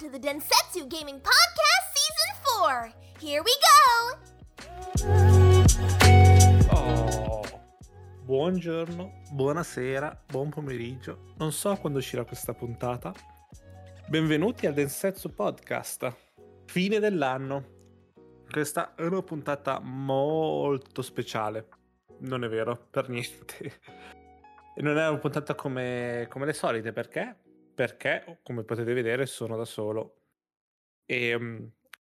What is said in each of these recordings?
to the Densetsu Gaming Podcast Season 4! Here we go! Oh, buongiorno, buonasera, buon pomeriggio. Non so quando uscirà questa puntata. Benvenuti al Densetsu Podcast. Fine dell'anno. Questa è una puntata molto speciale. Non è vero, per niente. E non è una puntata come le solite, perché? Perché, come potete vedere, sono da solo. E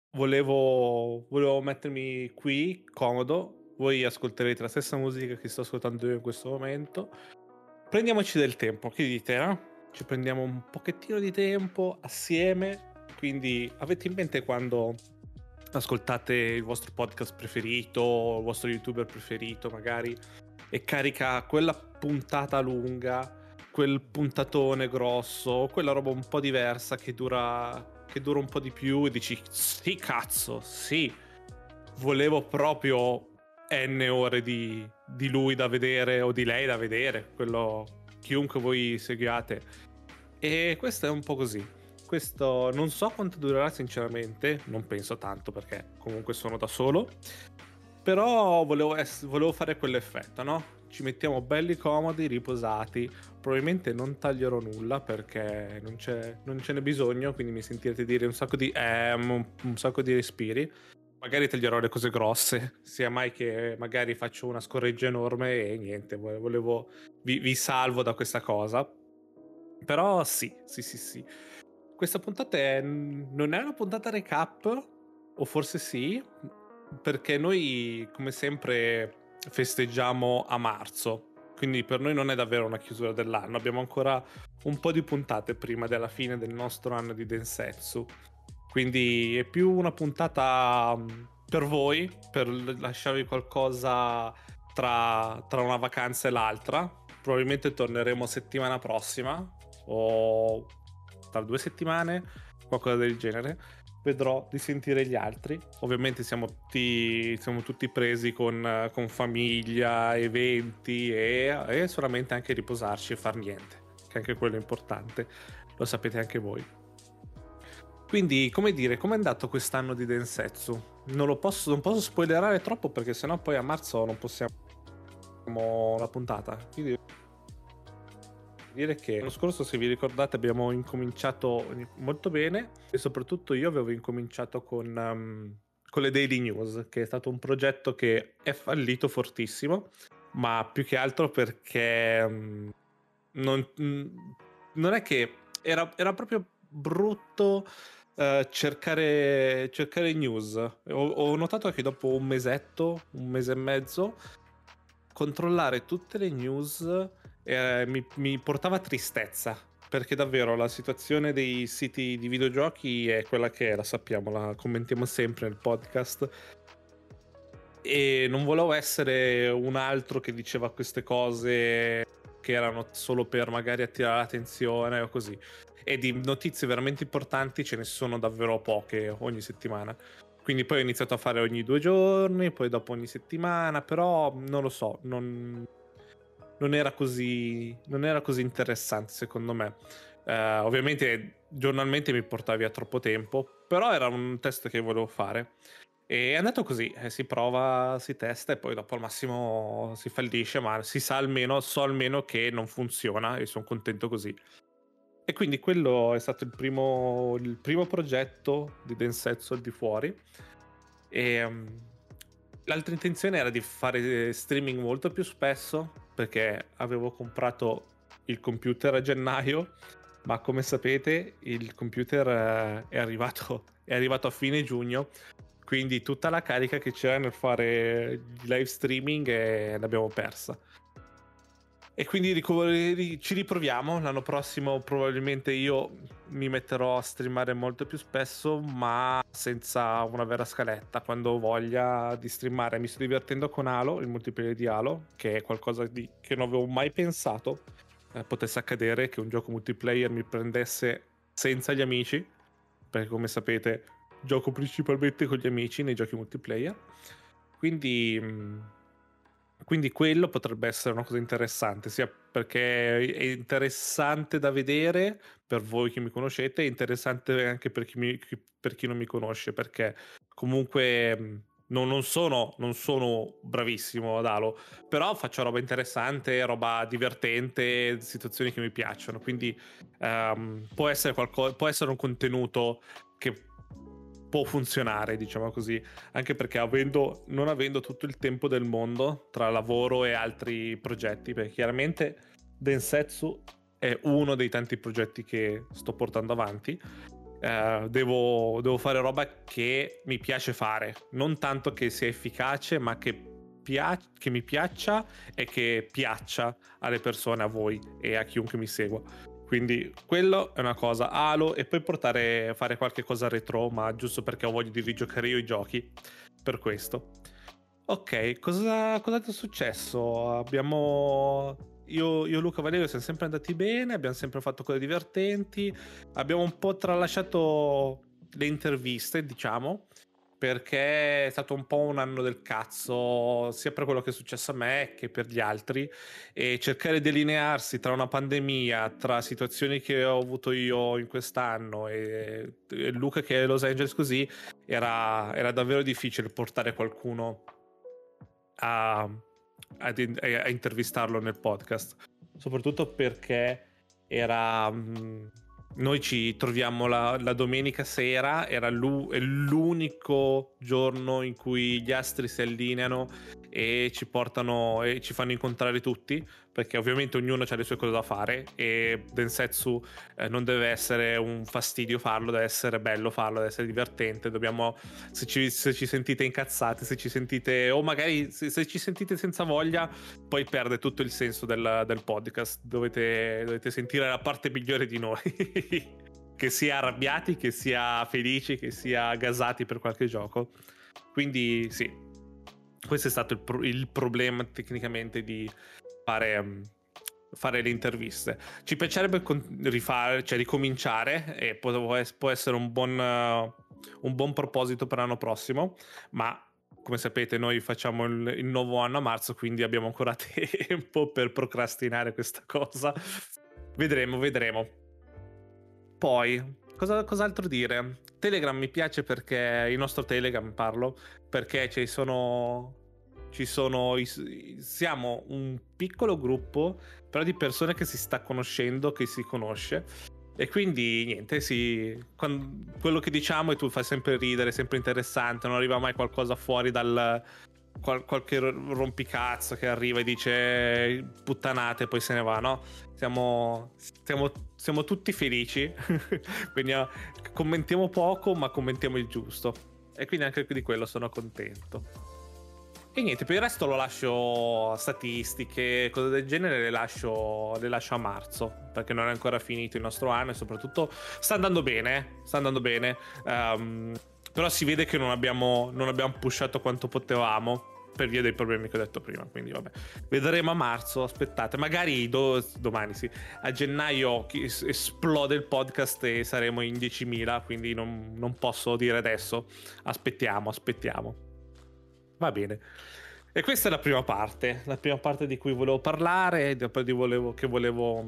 volevo mettermi qui, comodo. Voi ascolterete la stessa musica che sto ascoltando io in questo momento. Prendiamoci del tempo, che dite, no? Ci prendiamo un pochettino di tempo assieme. Quindi avete in mente quando ascoltate il vostro podcast preferito, il vostro youtuber preferito magari, e carica quella puntata lunga, quel puntatone grosso, quella roba un po' diversa che dura un po' di più, e dici sì cazzo, sì, volevo proprio n ore di lui da vedere o di lei da vedere, quello chiunque voi seguiate. E questo è un po' così. Questo non so quanto durerà sinceramente, non penso tanto perché comunque sono da solo, però volevo fare quell'effetto, no? Ci mettiamo belli comodi, riposati, probabilmente non taglierò nulla perché non ce n'è bisogno, quindi mi sentirete dire un sacco di un sacco di respiri. Magari taglierò le cose grosse, sia mai che magari faccio una scorreggia enorme e niente, vi salvo da questa cosa. Però sì. Questa puntata non è una puntata recap, o forse sì, perché noi come sempre festeggiamo a marzo, quindi per noi non è davvero una chiusura dell'anno, abbiamo ancora un po' di puntate prima della fine del nostro anno di Densetsu, quindi è più una puntata per voi, per lasciarvi qualcosa tra una vacanza e l'altra. Probabilmente torneremo settimana prossima o tra 2 settimane, qualcosa del genere. Vedrò di sentire gli altri. Ovviamente siamo tutti presi con famiglia, eventi e solamente anche riposarci e far niente, che anche quello è importante, lo sapete anche voi. Quindi, come dire, com'è andato quest'anno di Densetsu? Non posso spoilerare troppo perché sennò poi a marzo non possiamo la puntata. Quindi dire che l'anno scorso, se vi ricordate, abbiamo incominciato molto bene e soprattutto io avevo incominciato con le Daily News, che è stato un progetto che è fallito fortissimo, ma più che altro perché non è che era proprio brutto cercare news. Ho notato che dopo un mese e mezzo, controllare tutte le news mi portava tristezza, perché davvero la situazione dei siti di videogiochi è quella che è, la sappiamo, la commentiamo sempre nel podcast, e non volevo essere un altro che diceva queste cose che erano solo per magari attirare l'attenzione o così, e di notizie veramente importanti ce ne sono davvero poche ogni settimana. Quindi poi ho iniziato a fare ogni 2 giorni, poi dopo ogni settimana, però non lo so, non era così interessante secondo me. Ovviamente giornalmente mi portava via troppo tempo, però era un test che volevo fare. E è andato così, si prova, si testa e poi dopo al massimo si fallisce, ma so almeno che non funziona e sono contento così. E quindi quello è stato il primo progetto di Densetsu al di fuori. E l'altra intenzione era di fare streaming molto più spesso, perché avevo comprato il computer a gennaio, ma come sapete il computer è arrivato a fine giugno, quindi tutta la carica che c'era nel fare il live streaming l'abbiamo persa. E quindi ci riproviamo. L'anno prossimo probabilmente io mi metterò a streamare molto più spesso, ma senza una vera scaletta. Quando ho voglia di streamare, mi sto divertendo con Halo, il multiplayer di Halo, che è qualcosa che non avevo mai pensato potesse accadere, che un gioco multiplayer mi prendesse senza gli amici, perché come sapete gioco principalmente con gli amici nei giochi multiplayer. Quindi Quindi quello potrebbe essere una cosa interessante, sia perché è interessante da vedere per voi che mi conoscete, è interessante anche per per chi non mi conosce, perché comunque non sono bravissimo ad Halo, però faccio roba interessante, roba divertente, situazioni che mi piacciono, quindi può essere può essere un contenuto che può funzionare, diciamo così, anche perché non avendo tutto il tempo del mondo tra lavoro e altri progetti, perché chiaramente Densetsu è uno dei tanti progetti che sto portando avanti. Devo fare roba che mi piace fare, non tanto che sia efficace, ma che mi piaccia e che piaccia alle persone, a voi e a chiunque mi segua. Quindi quello è una cosa, Halo, e poi fare qualche cosa retro, ma giusto perché ho voglia di rigiocare io i giochi, per questo. Ok, cosa è successo? Io e Luca Valerio siamo sempre andati bene, abbiamo sempre fatto cose divertenti, abbiamo un po' tralasciato le interviste, diciamo, perché è stato un po' un anno del cazzo, sia per quello che è successo a me che per gli altri, e cercare di allinearsi tra una pandemia, tra situazioni che ho avuto io in quest'anno e Luca che è a Los Angeles così, era davvero difficile portare qualcuno a, a intervistarlo nel podcast, soprattutto perché era noi ci troviamo la domenica sera, è l'unico giorno in cui gli astri si allineano e ci portano e ci fanno incontrare tutti, perché ovviamente ognuno ha le sue cose da fare e Densetsu non deve essere un fastidio farlo, deve essere bello farlo, deve essere divertente. Dobbiamo, se ci sentite incazzati, se ci sentite, o magari se ci sentite senza voglia, poi perde tutto il senso del podcast. Dovete sentire la parte migliore di noi. Che sia arrabbiati, che sia felici, che sia gasati per qualche gioco. Quindi sì, questo è stato il problema tecnicamente di fare le interviste. Ci piacerebbe ricominciare, e può essere un buon proposito per l'anno prossimo, ma come sapete noi facciamo il nuovo anno a marzo, quindi abbiamo ancora tempo per procrastinare questa cosa. Vedremo. Poi, cos'altro dire? Telegram mi piace perché il nostro Telegram parlo, perché siamo un piccolo gruppo però di persone che si sta conoscendo, che si conosce, e quindi niente, quello che diciamo e tu fai sempre ridere, sempre interessante, non arriva mai qualcosa fuori dal qualche rompicazzo che arriva e dice puttanate e poi se ne va, no? Siamo tutti felici, quindi commentiamo poco ma commentiamo il giusto, e quindi anche di quello sono contento. E niente, per il resto lo lascio, statistiche, cose del genere le lascio a marzo, perché non è ancora finito il nostro anno e soprattutto sta andando bene. Però si vede che non abbiamo pushato quanto potevamo per via dei problemi che ho detto prima, quindi vabbè, vedremo a marzo, aspettate, magari domani sì, a gennaio esplode il podcast e saremo in 10.000, quindi non posso dire adesso, aspettiamo. Va bene. E questa è la prima parte di cui volevo parlare, che volevo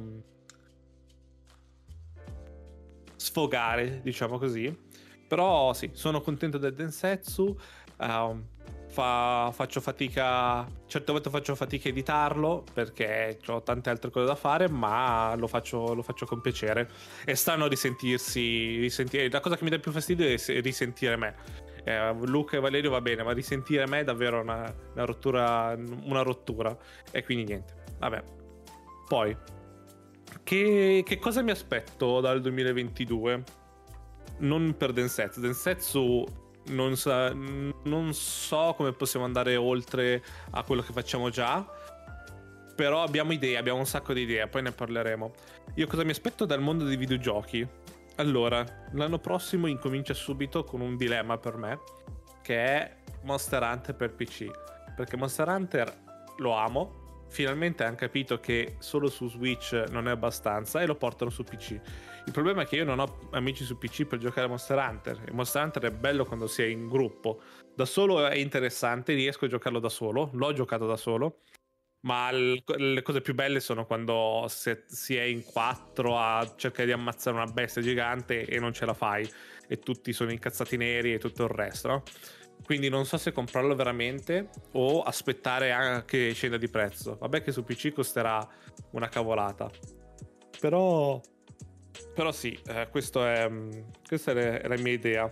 sfogare, diciamo così. Però sì, sono contento del Densetsu. Faccio fatica, certe volte faccio fatica a editarlo perché ho tante altre cose da fare, ma lo faccio con piacere. È strano risentire. La cosa che mi dà più fastidio è risentire me. Luca e Valerio va bene, ma risentire me è davvero una rottura, e quindi niente, vabbè. Poi che cosa mi aspetto dal 2022? Non per Densetsu non so come possiamo andare oltre a quello che facciamo già, però abbiamo un sacco di idee, poi ne parleremo. Io cosa mi aspetto dal mondo dei videogiochi? Allora, l'anno prossimo incomincia subito con un dilemma per me, che è Monster Hunter per PC, perché Monster Hunter lo amo, finalmente hanno capito che solo su Switch non è abbastanza e lo portano su PC. Il problema è che io non ho amici su PC per giocare a Monster Hunter, e Monster Hunter è bello quando si è in gruppo. Da solo è interessante, riesco a giocarlo da solo, l'ho giocato da solo, Ma le cose più belle sono quando si è in 4 a cercare di ammazzare una bestia gigante e non ce la fai e tutti sono incazzati neri e tutto il resto, no? Quindi non so se comprarlo veramente o aspettare anche che scenda di prezzo. Vabbè che su PC costerà una cavolata. Però sì, questa è la mia idea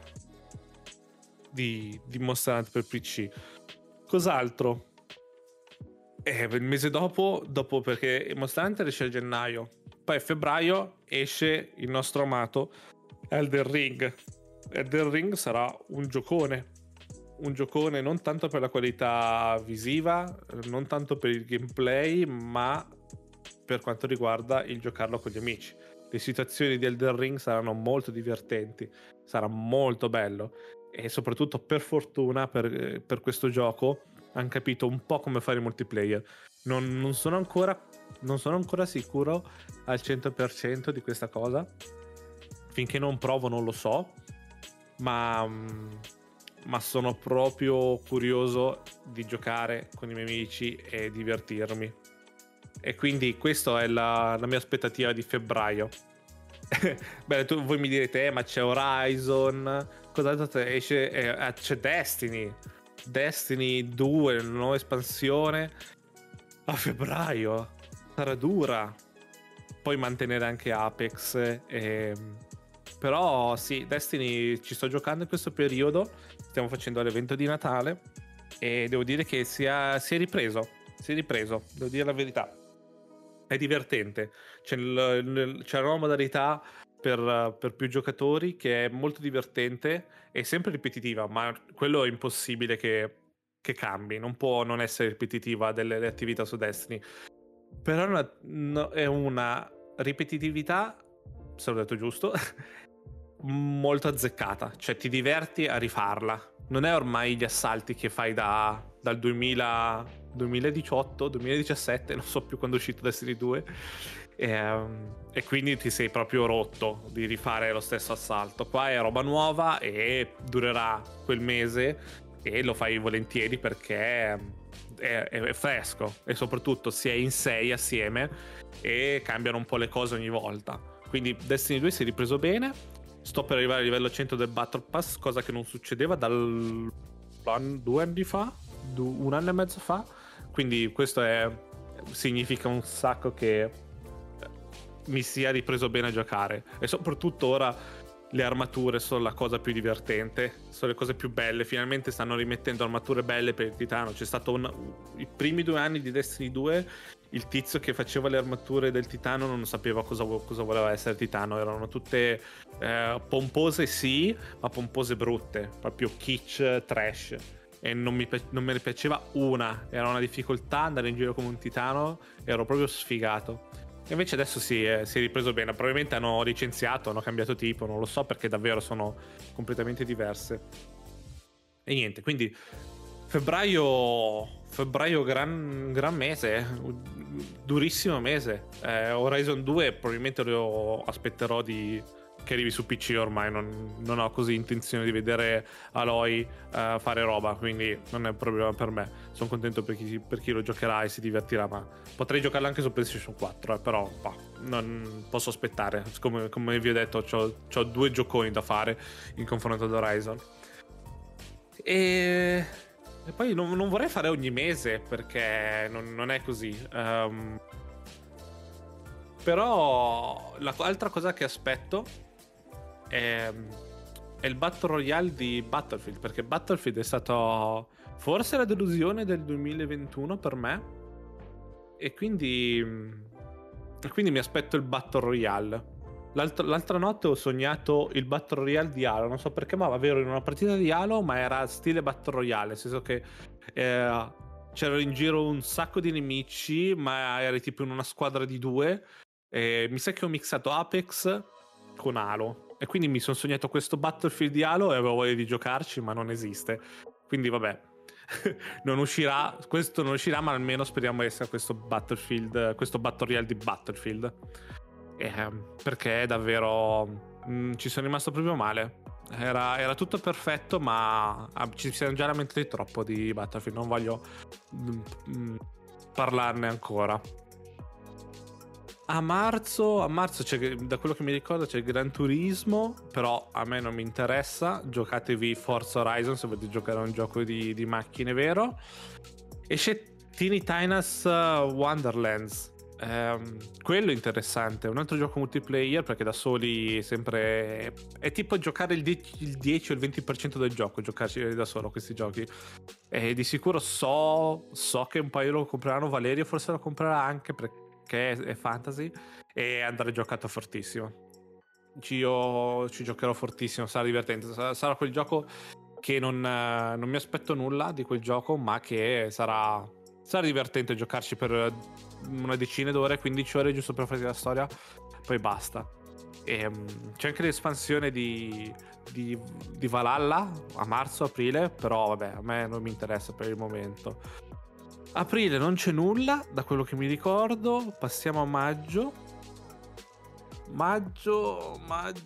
di Monster Hunter per PC. Cos'altro? Il mese dopo perché Monster Hunter esce a gennaio, poi a febbraio esce il nostro amato Elden Ring. Elden Ring sarà un giocone non tanto per la qualità visiva, non tanto per il gameplay, ma per quanto riguarda il giocarlo con gli amici. Le situazioni di Elden Ring saranno molto divertenti, sarà molto bello e soprattutto per fortuna per questo gioco hanno capito un po' come fare il multiplayer. Non sono ancora sicuro al 100% di questa cosa. Finché non provo non lo so, ma sono proprio curioso di giocare con i miei amici e divertirmi. E quindi questa è la mia aspettativa di febbraio. Beh, voi mi direte, ma c'è Horizon, cos'altro esce? C'è Destiny 2, una nuova espansione a febbraio. Sarà dura. Poi mantenere anche Apex. Però sì, Destiny ci sto giocando in questo periodo. Stiamo facendo l'evento di Natale e devo dire che si è ripreso. Devo dire la verità. È divertente. C'è una nuova modalità per più giocatori che è molto divertente e sempre ripetitiva, ma quello è impossibile che cambi. Non può non essere ripetitiva delle attività su Destiny. Però è una ripetitività, se l'ho detto giusto, molto azzeccata. Cioè ti diverti a rifarla. Non è ormai gli assalti che fai dal 2018, 2017, non so più quando è uscito Destiny 2, e quindi ti sei proprio rotto di rifare lo stesso assalto. Qua è roba nuova e durerà quel mese e lo fai volentieri perché è fresco e soprattutto si è in 6 assieme e cambiano un po' le cose ogni volta. Quindi Destiny 2 si è ripreso bene. Sto per arrivare a livello 100 del Battle Pass, cosa che non succedeva dal 2 anni fa, 1 anno e mezzo fa. Quindi questo significa un sacco che mi sia ripreso bene a giocare. E soprattutto ora le armature sono la cosa più divertente, sono le cose più belle. Finalmente stanno rimettendo armature belle per il Titano. C'è stato i primi 2 anni di Destiny 2, il tizio che faceva le armature del Titano non sapeva cosa voleva essere il Titano. Erano tutte pompose, sì, ma pompose brutte, proprio kitsch, trash. E non me ne piaceva una. Era una difficoltà andare in giro come un Titano. Ero proprio sfigato. E invece adesso si è ripreso bene. Probabilmente hanno licenziato, hanno cambiato tipo, non lo so, perché davvero sono completamente diverse. E niente, quindi febbraio gran mese, durissimo mese. Horizon 2 probabilmente lo aspetterò che arrivi su PC ormai. Non ho così intenzione di vedere Aloy fare roba, quindi non è un problema per me. Sono contento per chi lo giocherà e si divertirà, ma potrei giocarlo anche su PlayStation 4, però non posso aspettare. Come vi ho detto, c'ho 2 gioconi da fare in confronto ad Horizon. E poi non vorrei fare ogni mese perché non è così. Però l'altra cosa che aspetto è il Battle Royale di Battlefield, perché Battlefield è stato forse la delusione del 2021 per me e quindi mi aspetto il Battle Royale. L'altra notte ho sognato il Battle Royale di Halo, non so perché, ma ero in una partita di Halo, ma era stile Battle Royale, nel senso che c'era in giro un sacco di nemici, ma eri tipo in una squadra di 2. Mi sa che ho mixato Apex con Halo e quindi mi sono sognato questo Battlefield di Halo e avevo voglia di giocarci, ma non esiste. Quindi vabbè, questo non uscirà, ma almeno speriamo essere questo Battle Royale di Battlefield. Perché davvero ci sono rimasto proprio male. Era tutto perfetto, ma ci siamo già lamentati troppo di Battlefield. Non voglio parlarne ancora. A marzo c'è, da quello che mi ricordo, c'è il Gran Turismo, però a me non mi interessa. Giocatevi Forza Horizon se volete giocare a un gioco di macchine vero. Esce Teeny Tina's Wonderlands. Quello è interessante, è un altro gioco multiplayer perché da soli sempre è tipo giocare il 10 o il 20% del gioco, giocarci da solo questi giochi. E di sicuro so che un paio lo compreranno. Valerio forse lo comprerà anche perché è fantasy e andrà giocato fortissimo. Io ci giocherò fortissimo, sarà divertente, sarà quel gioco che non mi aspetto nulla di quel gioco, ma che sarà divertente giocarci per una decina d'ore, 15 ore giusto per farti la storia, poi basta. E c'è anche l'espansione di Valhalla a marzo-aprile, però vabbè, a me non mi interessa per il momento. Aprile non c'è nulla da quello che mi ricordo. Passiamo a maggio. Maggio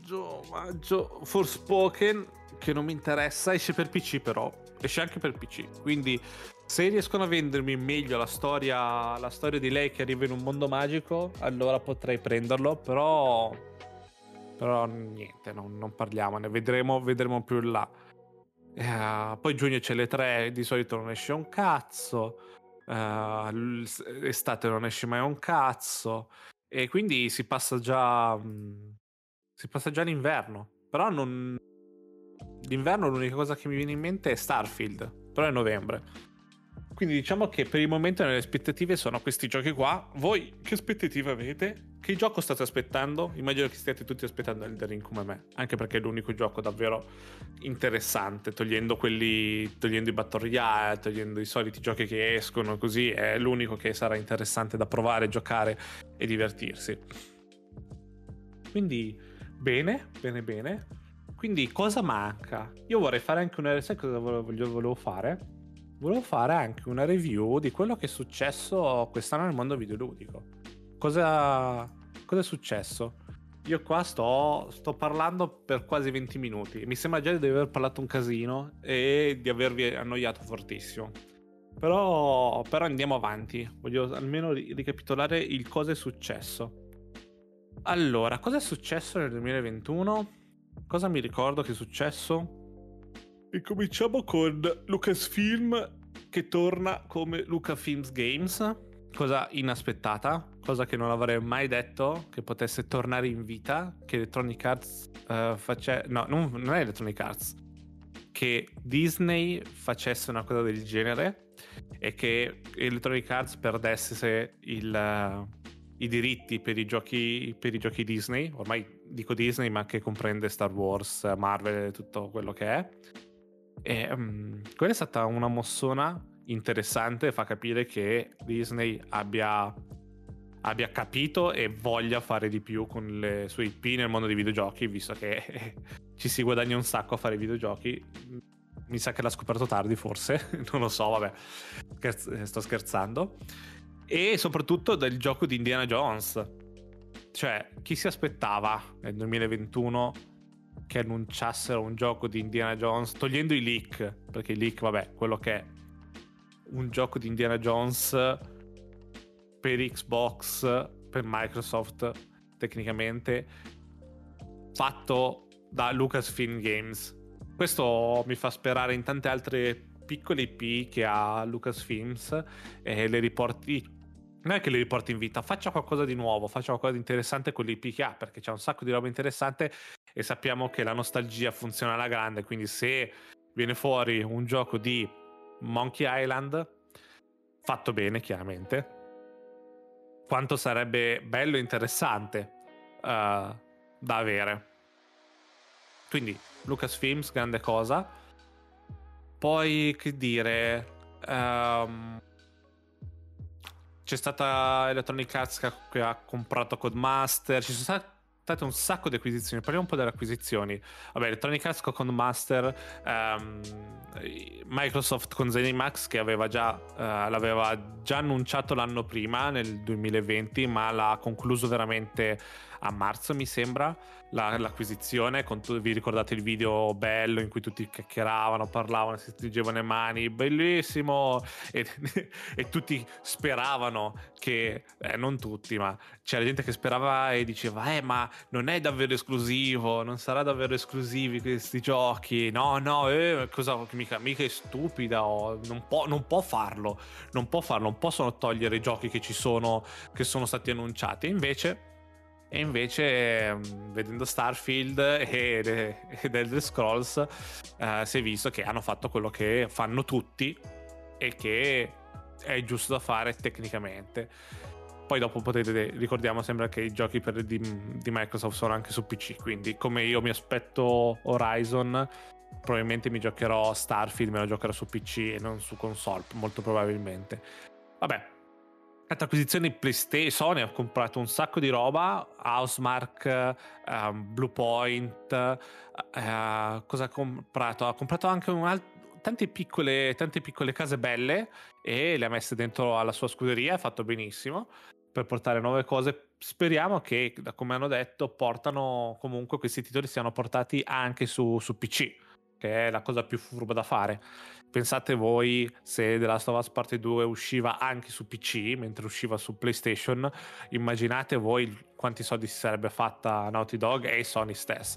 Forspoken, che non mi interessa, esce per PC, però esce anche per PC, quindi se riescono a vendermi meglio la storia di lei che arriva in un mondo magico, allora potrei prenderlo, però niente, non parliamone, vedremo più in là. Poi giugno c'è le 3, di solito non esce un cazzo. Estate non esce mai un cazzo e quindi si passa già all'inverno, però l'inverno l'unica cosa che mi viene in mente è Starfield, però è novembre, quindi diciamo che per il momento le aspettative sono questi giochi qua. Voi che aspettative avete? Che gioco state aspettando? Immagino che stiate tutti aspettando Elden Ring come me, anche perché è l'unico gioco davvero interessante, togliendo i Battle Royale, togliendo i soliti giochi che escono così, è l'unico che sarà interessante da provare, giocare e divertirsi. Quindi bene. Quindi cosa manca? Io vorrei fare anche una... Sai cosa volevo fare? Volevo fare anche una review di quello che è successo quest'anno nel mondo videoludico. Cosa è successo? Io qua sto parlando per quasi 20 minuti. Mi sembra già di aver parlato un casino e di avervi annoiato fortissimo. Però andiamo avanti. Voglio almeno ricapitolare il cosa è successo. Allora, cosa è successo nel 2021? Cosa mi ricordo che è successo? E cominciamo con Lucasfilm che torna come Lucasfilms Games, cosa inaspettata, cosa che non avrei mai detto che potesse tornare in vita, che Electronic Arts non è Electronic Arts, che Disney facesse una cosa del genere e che Electronic Arts perdesse i diritti per i giochi Disney. Ormai dico Disney, ma che comprende Star Wars, Marvel e tutto quello che è. E quella è stata una mossona interessante, fa capire che Disney abbia capito e voglia fare di più con le sue IP nel mondo dei videogiochi, visto che ci si guadagna un sacco a fare videogiochi. Mi sa che l'ha scoperto tardi, forse, non lo so, vabbè, sto scherzando. E soprattutto del gioco di Indiana Jones. Cioè, chi si aspettava nel 2021 che annunciassero un gioco di Indiana Jones, togliendo i leak, perché i leak, vabbè, quello che è un gioco di Indiana Jones per Xbox, per Microsoft tecnicamente, fatto da Lucasfilm Games. Questo mi fa sperare in tante altre piccole IP che ha Lucasfilms e le riporti. Non è che le riporti in vita, faccia qualcosa di nuovo, faccia qualcosa di interessante con l'IP che ha, perché c'è un sacco di roba interessante e sappiamo che la nostalgia funziona alla grande, quindi se viene fuori un gioco di Monkey Island fatto bene, chiaramente, quanto sarebbe bello e interessante da avere. Quindi Lucasfilms, grande cosa. Poi che dire, c'è stata Electronic Arts che ha comprato Codemaster, ci sono state un sacco di acquisizioni. Parliamo un po' delle acquisizioni. Vabbè, Electronic Arts con Codemaster, Microsoft con ZeniMax che l'aveva già annunciato l'anno prima, nel 2020, ma l'ha concluso veramente a marzo mi sembra l'acquisizione, vi ricordate il video bello in cui tutti chiacchieravano, parlavano, si stringevano le mani, bellissimo, e, e tutti speravano che, non tutti, ma c'era gente che sperava e diceva ma non è davvero esclusivo, non sarà davvero esclusivi questi giochi, no, cosa, mica è stupida, non può farlo, non possono togliere i giochi che che sono stati annunciati. E invece vedendo Starfield ed Elder Scrolls si è visto che hanno fatto quello che fanno tutti e che è giusto da fare tecnicamente. Poi dopo ricordiamo sempre che i giochi di Microsoft sono anche su PC, quindi come io mi aspetto Horizon, probabilmente mi giocherò Starfield, me lo giocherò su PC e non su console, molto probabilmente. Vabbè, altre acquisizioni PlayStation, Sony ha comprato un sacco di roba, Housemarque, Bluepoint, cosa ha comprato? Ha comprato anche tante piccole case belle e le ha messe dentro alla sua scuderia, ha fatto benissimo per portare nuove cose. Speriamo che, come hanno detto, comunque questi titoli siano portati anche su PC, che è la cosa più furba da fare. Pensate voi se The Last of Us Part 2 usciva anche su PC mentre usciva su PlayStation, immaginate voi quanti soldi si sarebbe fatta Naughty Dog e Sony stessa.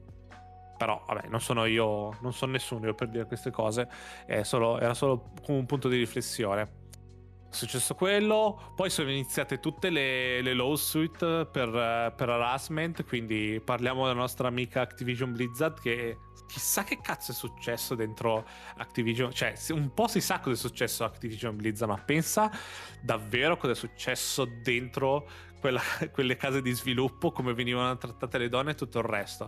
Però non sono nessuno io per dire queste cose, era solo un punto di riflessione. È successo quello, poi sono iniziate tutte le lawsuit per harassment, quindi parliamo della nostra amica Activision Blizzard, che chissà che cazzo è successo dentro Activision, cioè un po' si sa cosa è successo a Activision Blizzard, ma pensa davvero cosa è successo dentro quelle case di sviluppo, come venivano trattate le donne e tutto il resto.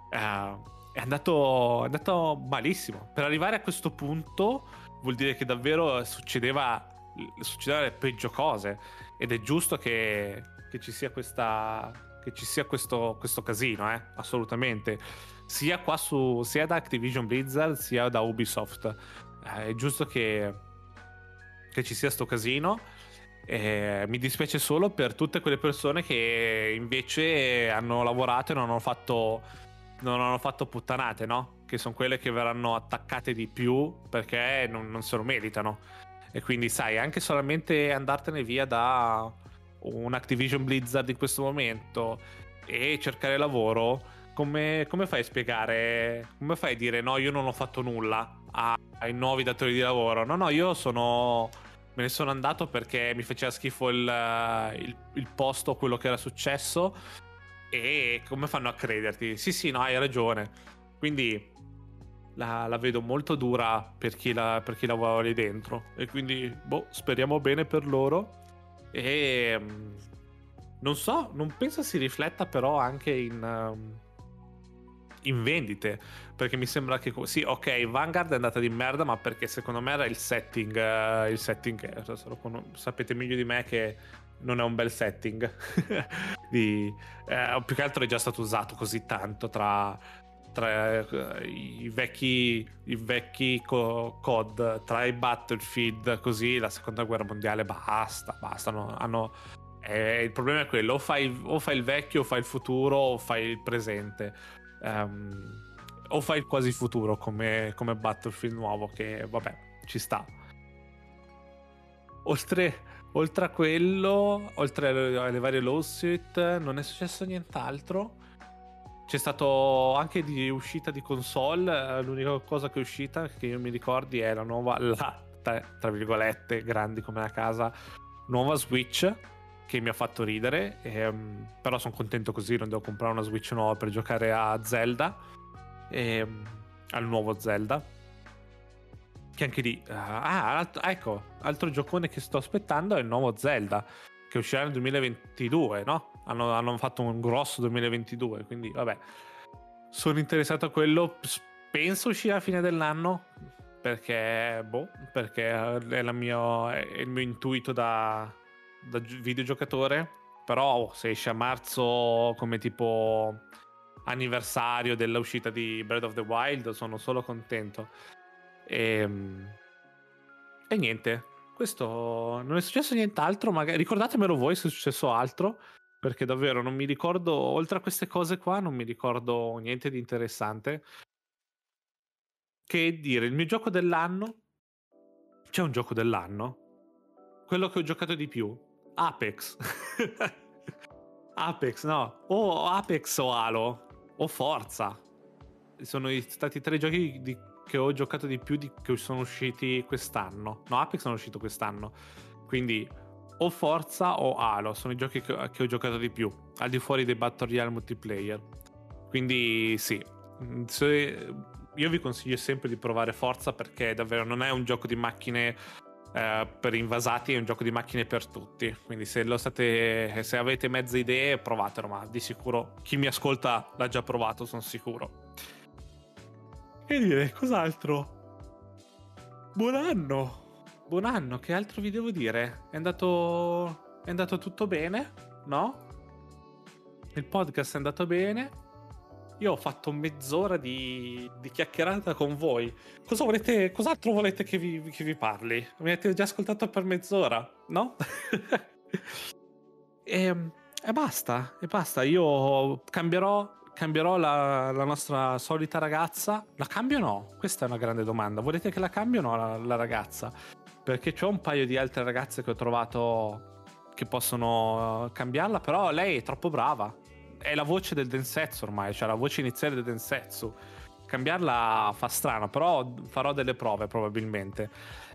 È andato malissimo. Per arrivare a questo punto vuol dire che davvero succedeva le peggio cose, ed è giusto che ci sia questo casino, assolutamente, sia da Activision Blizzard sia da Ubisoft. È giusto che ci sia sto casino. Mi dispiace solo per tutte quelle persone che invece hanno lavorato e non hanno fatto puttanate, no? Che sono quelle che verranno attaccate di più perché non se lo meritano. E quindi sai, anche solamente andartene via da un Activision Blizzard in questo momento e cercare lavoro, come fai a spiegare, come fai a dire no, io non ho fatto nulla ai nuovi datori di lavoro? No, io me ne sono andato perché mi faceva schifo il posto, quello che era successo, e come fanno a crederti? Sì, no, hai ragione. Quindi la vedo molto dura per chi lavora lì dentro, e quindi speriamo bene per loro. E non so, non penso si rifletta però anche in vendite, perché mi sembra che sì, ok, Vanguard è andata di merda, ma perché secondo me era il setting sapete meglio di me che non è un bel setting più che altro è già stato usato così tanto tra i vecchi COD, tra i Battlefield, così la seconda guerra mondiale, basta il problema è quello, o fai il vecchio, o fai il futuro, o fai il presente, o fai il quasi futuro come Battlefield nuovo, che vabbè, ci sta. Oltre a quello, oltre alle varie lawsuit, non è successo nient'altro. C'è stato anche di uscita di console, l'unica cosa che è uscita, che io mi ricordi, è la nuova, tra virgolette, grandi come la casa, nuova Switch, che mi ha fatto ridere, però sono contento così, non devo comprare una Switch nuova per giocare a Zelda, al nuovo Zelda, che anche lì, ecco, altro giocone che sto aspettando è il nuovo Zelda, che uscirà nel 2022, no? Hanno fatto un grosso 2022, quindi vabbè, sono interessato a quello. Penso uscirà a fine dell'anno, perché è il mio intuito da videogiocatore. Però se esce a marzo come tipo anniversario dell'uscita di Breath of the Wild, sono solo contento. E niente, questo non è successo nient'altro. Magari ricordatemelo voi se è successo altro, perché davvero non mi ricordo, oltre a queste cose qua, non mi ricordo niente di interessante. Che dire, il mio gioco dell'anno, c'è un gioco dell'anno? Quello che ho giocato di più, Apex. Apex, no, o Apex o Halo, o Forza. Sono stati 3 giochi che ho giocato di più che sono usciti quest'anno. No, Apex non è uscito quest'anno. Quindi o Forza o Halo sono i giochi che ho giocato di più, al di fuori dei Battle Royale multiplayer. Quindi sì, io vi consiglio sempre di provare Forza, perché davvero non è un gioco di macchine per invasati, è un gioco di macchine per tutti. Quindi se avete mezze idee, provatelo, ma di sicuro chi mi ascolta l'ha già provato, sono sicuro. E dire, cos'altro? Buon anno, che altro vi devo dire? È andato tutto bene, no? Il podcast è andato bene. Io ho fatto mezz'ora di chiacchierata con voi. Cos'altro volete che vi parli? Mi avete già ascoltato per mezz'ora, no? E basta. Io cambierò la nostra solita ragazza. La cambio o no? Questa è una grande domanda. Volete che la cambio o no la ragazza? Perché c'ho un paio di altre ragazze che ho trovato che possono cambiarla, però lei è troppo brava. È la voce del Densetsu ormai, cioè la voce iniziale del Densetsu. Cambiarla fa strano, però farò delle prove probabilmente.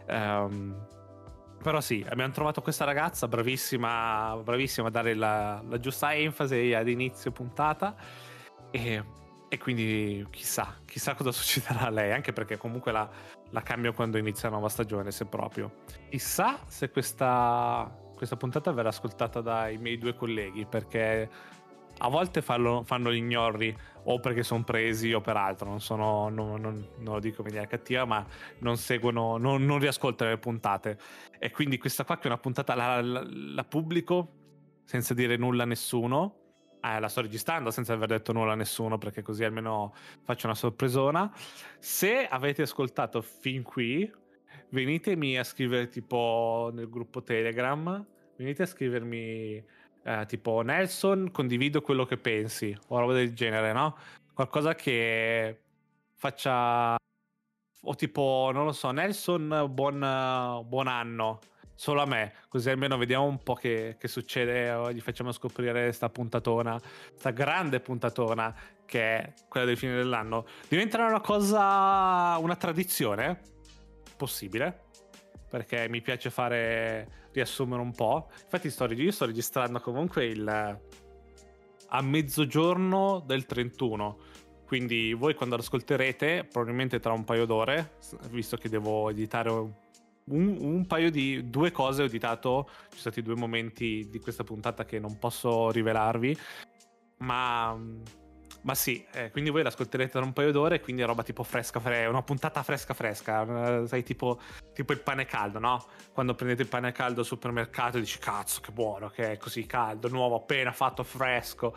Però sì, abbiamo trovato questa ragazza bravissima a dare la giusta enfasi ad inizio puntata, e quindi chissà cosa succederà a lei, anche perché comunque la cambio quando inizia la nuova stagione, se proprio. Chissà se questa puntata verrà ascoltata dai miei 2 colleghi, perché a volte fanno gli ignorri, o perché sono presi o per altro, non lo dico in maniera cattiva, ma non seguono, non riascoltano le puntate. E quindi questa qua, che è una puntata, la pubblico senza dire nulla a nessuno. La sto registrando senza aver detto nulla a nessuno, perché così almeno faccio una sorpresona. Se avete ascoltato fin qui, venitemi a scrivere tipo nel gruppo Telegram, venite a scrivermi tipo: Nelson, condivido quello che pensi, o roba del genere, no? Qualcosa che faccia, o tipo, non lo so, Nelson, buon anno solo a me, così almeno vediamo un po' che succede, o gli facciamo scoprire sta grande puntatona che è quella del fine dell'anno. Diventerà una tradizione possibile, perché mi piace riassumere un po'. Infatti io sto registrando comunque a mezzogiorno del 31, quindi voi quando lo ascolterete, probabilmente tra un paio d'ore, visto che devo editare un paio di 2 cose ho editato, ci sono stati 2 momenti di questa puntata che non posso rivelarvi, ma sì, quindi voi l'ascolterete tra un paio d'ore, quindi è roba tipo fresca, una puntata fresca, sai, tipo il pane caldo, no? Quando prendete il pane caldo al supermercato e dici: cazzo, che buono che è, così caldo, nuovo, appena fatto, fresco.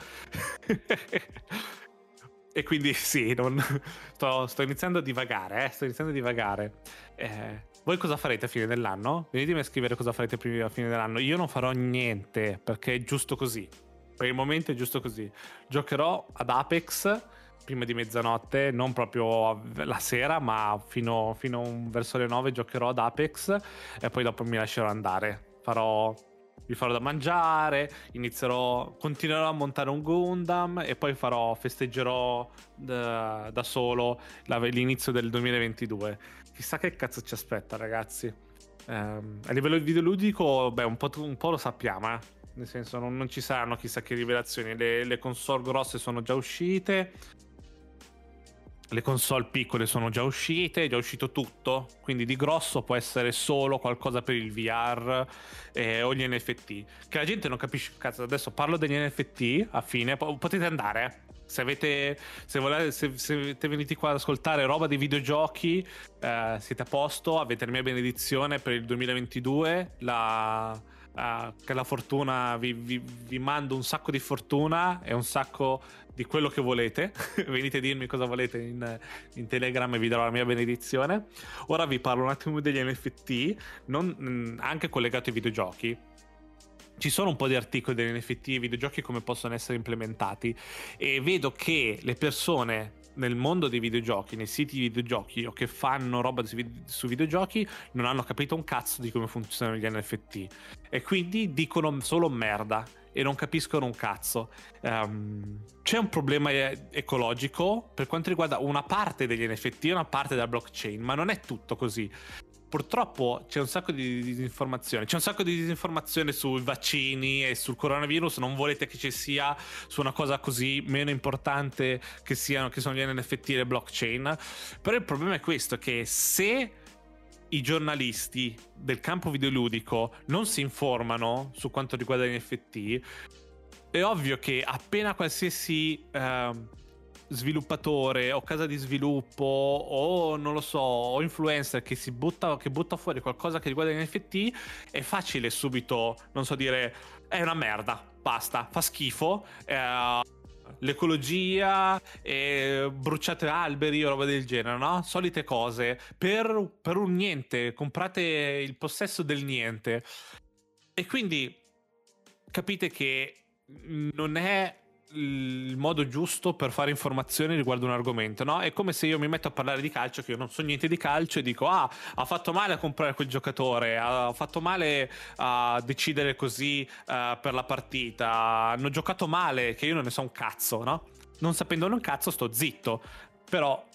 E quindi sì, sto iniziando a divagare, voi cosa farete a fine dell'anno? Venitemi a scrivere cosa farete a fine dell'anno. Io non farò niente, perché è giusto così. Per il momento è giusto così. Giocherò ad Apex prima di mezzanotte, non proprio la sera, ma fino verso le 9 giocherò ad Apex, e poi dopo mi lascerò andare. Vi farò da mangiare, continuerò a montare un Gundam, e poi festeggerò da solo l'inizio del 2022. Chissà che cazzo ci aspetta, ragazzi. A livello videoludico, beh, un po' lo sappiamo, nel senso, non ci saranno chissà che rivelazioni. Le console grosse sono già uscite, le console piccole sono già uscite, è già uscito tutto, quindi di grosso può essere solo qualcosa per il VR o gli NFT, che la gente non capisce. Cazzo, adesso parlo degli NFT a fine, potete andare. Se siete venuti qua ad ascoltare roba di videogiochi, siete a posto, avete la mia benedizione per il 2022, che la fortuna vi mando un sacco di fortuna e un sacco di quello che volete. Venite a dirmi cosa volete in Telegram e vi darò la mia benedizione. Ora vi parlo un attimo degli NFT, anche collegato ai videogiochi. ci sono un po' di articoli degli NFT e videogiochi come possono essere implementati, e vedo che le persone nel mondo dei videogiochi, nei siti di videogiochi o che fanno roba su videogiochi non hanno capito un cazzo di come funzionano gli NFT, e quindi dicono solo merda e non capiscono un cazzo. C'è un problema ecologico per quanto riguarda una parte degli NFT e una parte della blockchain, ma non è tutto così. Purtroppo c'è un sacco di disinformazione. C'è un sacco di disinformazione sui vaccini e sul coronavirus. Non volete che ci sia su una cosa così meno importante che sono gli NFT e le blockchain. Però il problema è questo: che se i giornalisti del campo videoludico non si informano su quanto riguarda gli NFT, è ovvio che appena qualsiasi sviluppatore o casa di sviluppo o non lo so, o influencer che butta fuori qualcosa che riguarda gli NFT, è facile subito, non so, dire è una merda, basta, fa schifo, l'ecologia, bruciate alberi o roba del genere, no? Solite cose per un niente, comprate il possesso del niente. E quindi capite che non è il modo giusto per fare informazioni riguardo un argomento, no? È come se io mi metto a parlare di calcio, che io non so niente di calcio, e dico ha fatto male a comprare quel giocatore, ha fatto male a decidere così per la partita, hanno giocato male, che io non ne so un cazzo, no? Non sapendone un cazzo sto zitto. Però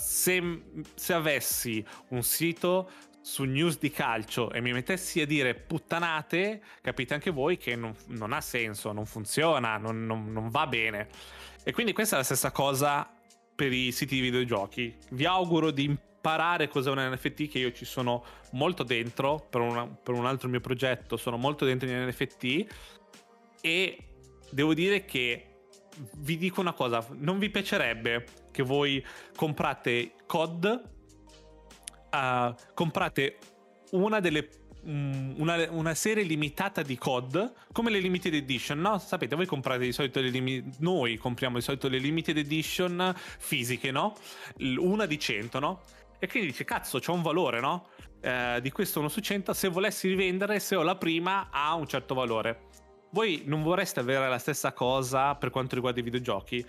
se avessi un sito su news di calcio e mi mettessi a dire puttanate, capite anche voi che non ha senso, non funziona, non va bene. E quindi questa è la stessa cosa per i siti di videogiochi. Vi auguro di imparare cos'è un NFT, che io ci sono molto dentro, per un altro mio progetto sono molto dentro gli NFT, e devo dire che vi dico una cosa: non vi piacerebbe che voi comprate COD, comprate una serie limitata di COD come le limited edition, no? Sapete, voi comprate di solito noi compriamo di solito le limited edition fisiche, no? Una di 100, no? E quindi dice cazzo, c'ha un valore, no? Di questo 1 su 100, se volessi rivendere, se ho la prima ha un certo valore. Voi non vorreste avere la stessa cosa per quanto riguarda i videogiochi?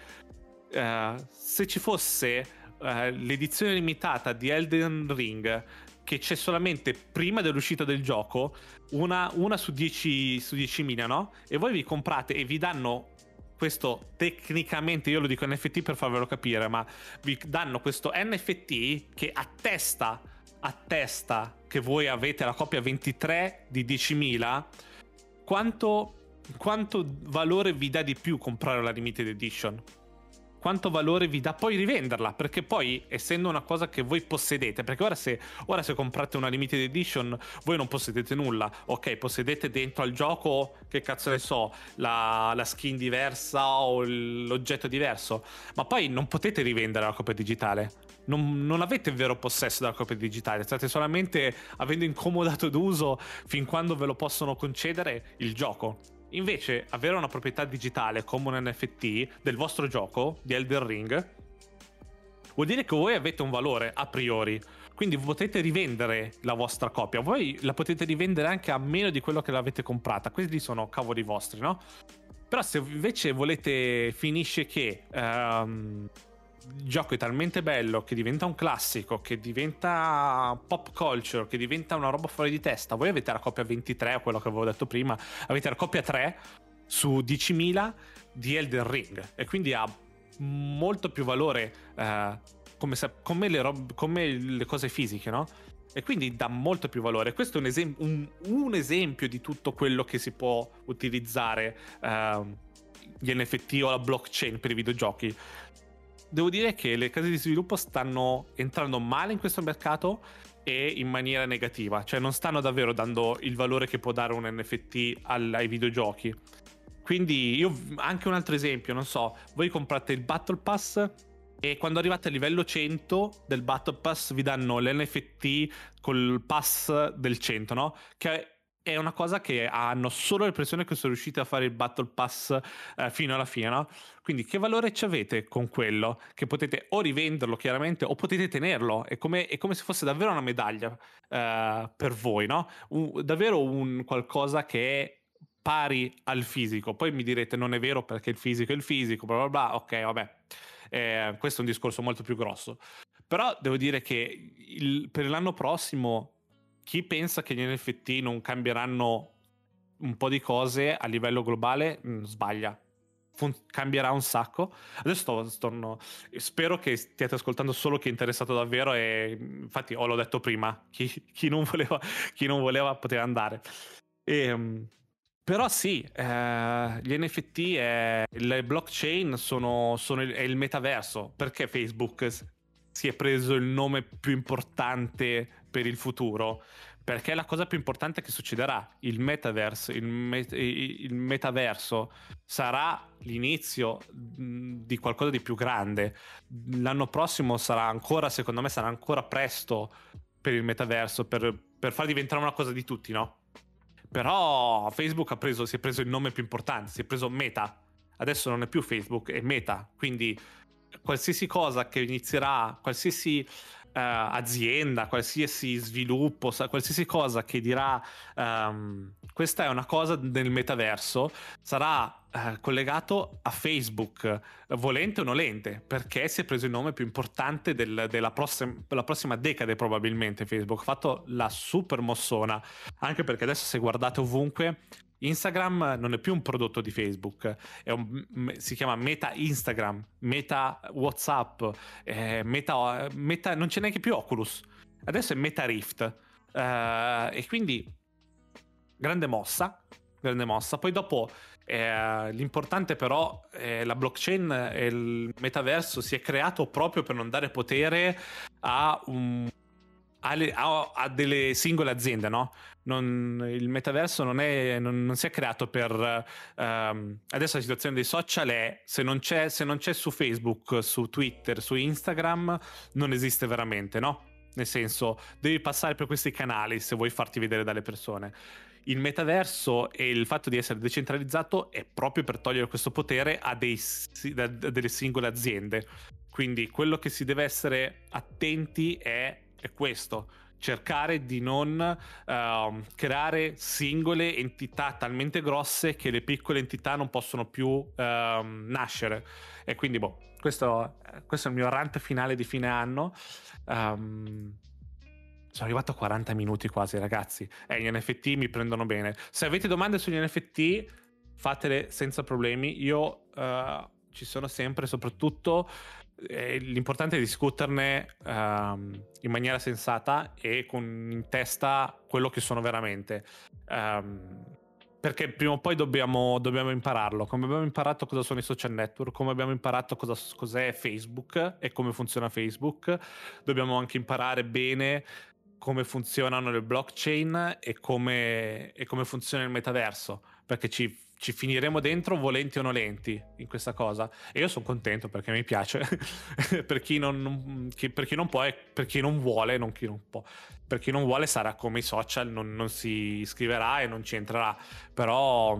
Se ci fosse l'edizione limitata di Elden Ring, che c'è solamente prima dell'uscita del gioco, una su 10.000, no? E voi vi comprate e vi danno questo, tecnicamente io lo dico NFT per farvelo capire, ma vi danno questo NFT che attesta che voi avete la copia 23 di 10.000. Quanto valore vi dà di più comprare la limited edition? Quanto valore vi dà poi rivenderla? Perché poi, essendo una cosa che voi possedete, perché ora se comprate una limited edition voi non possedete nulla, ok, possedete dentro al gioco, che cazzo ne so, la skin diversa o l'oggetto diverso, ma poi non potete rivendere la copia digitale. Non avete il vero possesso della copia digitale, state solamente avendo incomodato d'uso fin quando ve lo possono concedere il gioco. Invece avere una proprietà digitale come un NFT del vostro gioco di Elden Ring vuol dire che voi avete un valore a priori, quindi potete rivendere la vostra copia, voi la potete rivendere anche a meno di quello che l'avete comprata. Questi sono cavoli vostri, no? Però se invece volete, finisce che il gioco è talmente bello che diventa un classico, che diventa pop culture, che diventa una roba fuori di testa, voi avete la copia 23, o quello che avevo detto prima, avete la copia 3 su 10.000 di Elden Ring, e quindi ha molto più valore come le cose fisiche, no? E quindi dà molto più valore. Questo è un esempio di tutto quello che si può utilizzare gli NFT o la blockchain per i videogiochi. Devo dire che le case di sviluppo stanno entrando male in questo mercato e in maniera negativa, cioè non stanno davvero dando il valore che può dare un NFT ai videogiochi. Quindi io, anche un altro esempio, non so, voi comprate il Battle Pass e quando arrivate a livello 100 del Battle Pass vi danno l'NFT col pass del 100, no? Che è una cosa che hanno solo le persone che sono riuscite a fare il Battle Pass fino alla fine, no? Quindi che valore ci avete con quello? Che potete o rivenderlo chiaramente o potete tenerlo. È come se fosse davvero una medaglia per voi, no? Davvero un qualcosa che è pari al fisico. Poi mi direte non è vero perché il fisico è il fisico, bla bla bla. Ok, vabbè, questo è un discorso molto più grosso. Però devo dire che per l'anno prossimo chi pensa che gli NFT non cambieranno un po' di cose a livello globale sbaglia. Cambierà un sacco. Adesso spero che stiate ascoltando solo chi è interessato davvero, e infatti l'ho detto prima, chi non voleva poteva andare. Però sì, gli NFT e le blockchain è il metaverso. Perché Facebook si è preso il nome più importante per il futuro? Perché è la cosa più importante che succederà. Il metaverse, il metaverso sarà l'inizio di qualcosa di più grande. L'anno prossimo sarà ancora, secondo me, sarà ancora presto per il metaverso, per far diventare una cosa di tutti, no? Però Facebook si è preso il nome più importante, si è preso Meta. Adesso non è più Facebook, è Meta. Quindi qualsiasi cosa che inizierà, qualsiasi azienda, qualsiasi sviluppo, qualsiasi cosa che dirà questa è una cosa del metaverso, sarà collegato a Facebook, volente o nolente, perché si è preso il nome più importante della prossima decade probabilmente. Facebook ha fatto la super mossona, anche perché adesso se guardate ovunque Instagram non è più un prodotto di Facebook, si chiama Meta Instagram, Meta WhatsApp, Meta non c'è neanche più Oculus, adesso è Meta Rift, e quindi grande mossa. Poi dopo l'importante però è la blockchain e il metaverso si è creato proprio per non dare potere a delle singole aziende, no? Il metaverso non si è creato per adesso la situazione dei social è se non c'è su Facebook, su Twitter, su Instagram non esiste veramente, no? Nel senso, devi passare per questi canali se vuoi farti vedere dalle persone. Il metaverso e il fatto di essere decentralizzato è proprio per togliere questo potere a delle singole aziende. Quindi quello che si deve essere attenti è questo: cercare di non creare singole entità talmente grosse che le piccole entità non possono più nascere. E quindi questo è il mio rant finale di fine anno. Sono arrivato a 40 minuti quasi, ragazzi. Gli NFT mi prendono bene. Se avete domande sugli NFT, fatele senza problemi. Io ci sono sempre, soprattutto l'importante è discuterne in maniera sensata e con in testa quello che sono veramente. Perché prima o poi dobbiamo impararlo. Come abbiamo imparato cosa sono i social network, come abbiamo imparato cos'è Facebook e come funziona Facebook, dobbiamo anche imparare bene come funzionano le blockchain e come funziona il metaverso, perché ci finiremo dentro volenti o nolenti in questa cosa, e io sono contento perché mi piace. Per chi non può e per chi non vuole, non chi non può, per chi non vuole sarà come i social, non si iscriverà e non ci entrerà. Però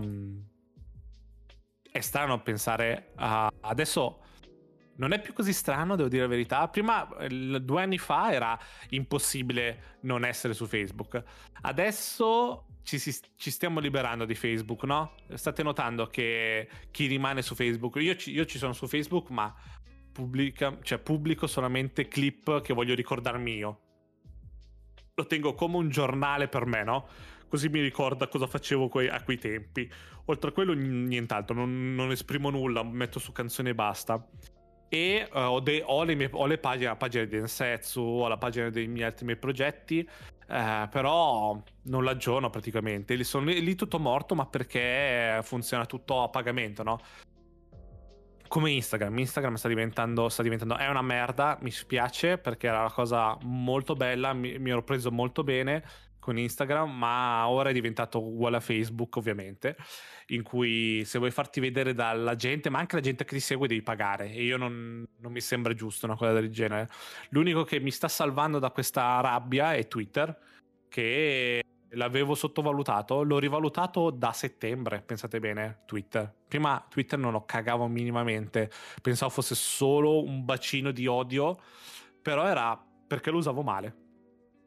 è strano pensare a adesso. Non è più così strano, devo dire la verità. Prima, 2 anni fa, era impossibile non essere su Facebook. Adesso ci stiamo liberando di Facebook, no? State notando che chi rimane su Facebook... Io ci sono su Facebook, ma pubblico solamente clip che voglio ricordarmi io. Lo tengo come un giornale per me, no? Così mi ricorda cosa facevo a quei tempi. Oltre a quello, nient'altro. Non esprimo nulla, metto su canzoni e basta. E ho le pagine di Densetsu, ho la pagina dei miei altri progetti, però non l'aggiorno praticamente. Sono lì tutto morto, ma perché funziona tutto a pagamento, no? Come Instagram sta diventando è una merda, mi spiace, perché era una cosa molto bella, mi ero preso molto bene con Instagram, ma ora è diventato uguale a Facebook, ovviamente, in cui se vuoi farti vedere dalla gente, ma anche la gente che ti segue, devi pagare, e io non mi sembra giusto una cosa del genere. L'unico che mi sta salvando da questa rabbia è Twitter, che l'avevo sottovalutato, l'ho rivalutato da settembre, pensate bene. Twitter prima Twitter non lo cagavo minimamente, pensavo fosse solo un bacino di odio, però era perché lo usavo male.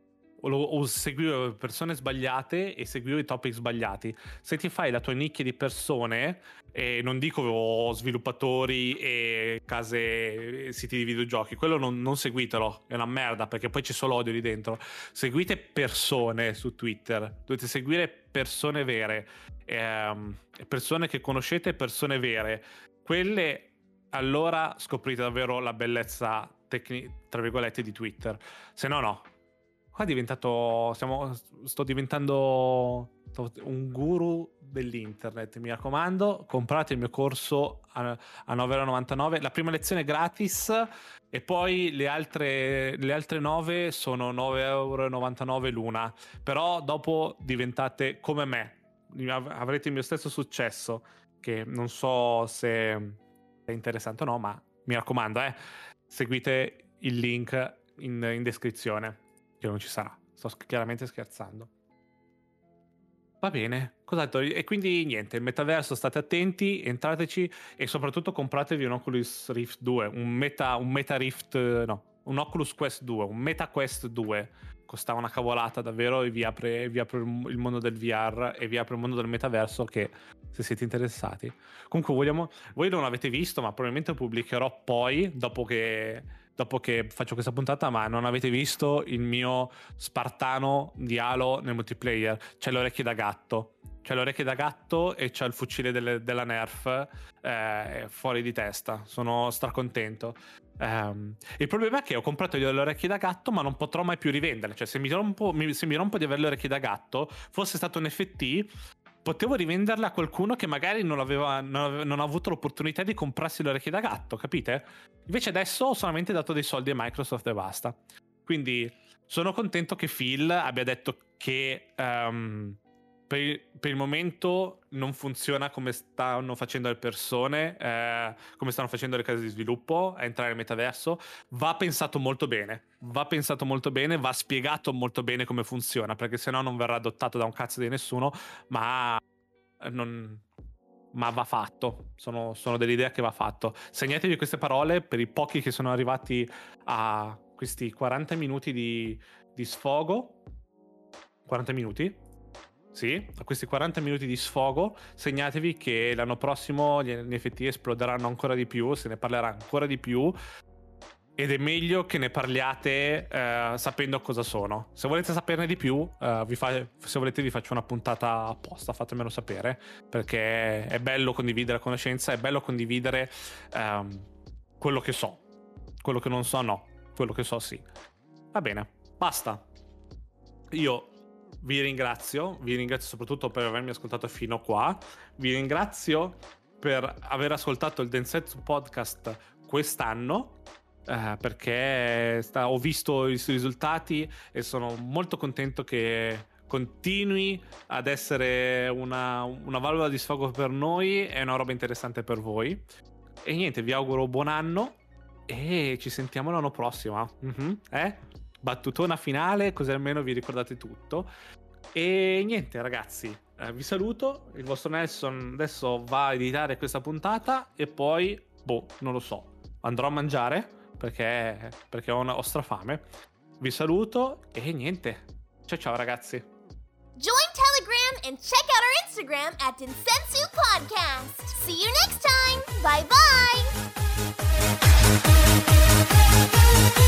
o seguivo persone sbagliate e seguivo i topic sbagliati. Se ti fai la tua nicchia di persone, e non dico sviluppatori e case, siti di videogiochi, quello non seguitelo, è una merda, perché poi c'è solo odio lì dentro. Seguite persone su Twitter, dovete seguire persone vere, persone che conoscete, persone vere. Quelle, allora scoprite davvero la bellezza tra virgolette di Twitter. Se no qua sto diventando un guru dell'internet. Mi raccomando, comprate il mio corso a 9,99 €. La prima lezione è gratis e poi le altre 9 sono 9,99 € l'una. Però dopo diventate come me, avrete il mio stesso successo, che non so se è interessante o no, ma mi raccomando, seguite il link in descrizione, che non ci sarà, sto chiaramente scherzando. Va bene, cos'altro? E quindi niente, il metaverso, state attenti, entrateci e soprattutto compratevi un Oculus Rift 2, un Oculus Quest 2, un Meta Quest 2. Costava una cavolata davvero e vi apre il mondo del VR e vi apre il mondo del metaverso, che se siete interessati. Comunque voi non l'avete visto, ma probabilmente lo pubblicherò poi dopo che faccio questa puntata, ma non avete visto il mio Spartano di Halo nel multiplayer. C'è le orecchie da gatto e c'è il fucile della Nerf fuori di testa. Sono stracontento. Il problema è che ho comprato le orecchie da gatto, ma non potrò mai più rivenderle. Cioè, se mi rompo di avere le orecchie da gatto, fosse stato un NFT, potevo rivenderle a qualcuno che magari non ha avuto l'opportunità di comprarsi le orecchie da gatto, capite? Invece adesso ho solamente dato dei soldi a Microsoft e basta. Quindi sono contento che Phil abbia detto che per il momento non funziona come stanno facendo le persone, come stanno facendo le case di sviluppo a entrare nel metaverso. Va pensato molto bene, va spiegato molto bene come funziona, perché sennò non verrà adottato da un cazzo di nessuno, ma va fatto. Sono dell'idea che va fatto. Segnatevi queste parole per i pochi che sono arrivati a questi 40 minuti di sfogo. 40 minuti? Sì, a questi 40 minuti di sfogo, segnatevi che l'anno prossimo gli NFT esploderanno ancora di più, se ne parlerà ancora di più, ed è meglio che ne parliate sapendo cosa sono. Se volete saperne di più, se volete vi faccio una puntata apposta, fatemelo sapere, perché è bello condividere conoscenza, è bello condividere quello che so. Quello che non so no, quello che so sì. Va bene, basta. Io vi ringrazio soprattutto per avermi ascoltato fino qua. Vi ringrazio per aver ascoltato il Densetsu Podcast quest'anno, perché ho visto i suoi risultati e sono molto contento che continui ad essere una valvola di sfogo per noi e una roba interessante per voi. E niente, vi auguro buon anno e ci sentiamo l'anno prossimo. Battutona finale, così almeno vi ricordate tutto. E niente ragazzi, vi saluto. Il vostro Nelson adesso va a editare questa puntata e poi non lo so, andrò a mangiare perché ho strafame. Vi saluto e niente, ciao ragazzi. Join Telegram and check out our Instagram at Densetsu Podcast. See you next time. Bye bye.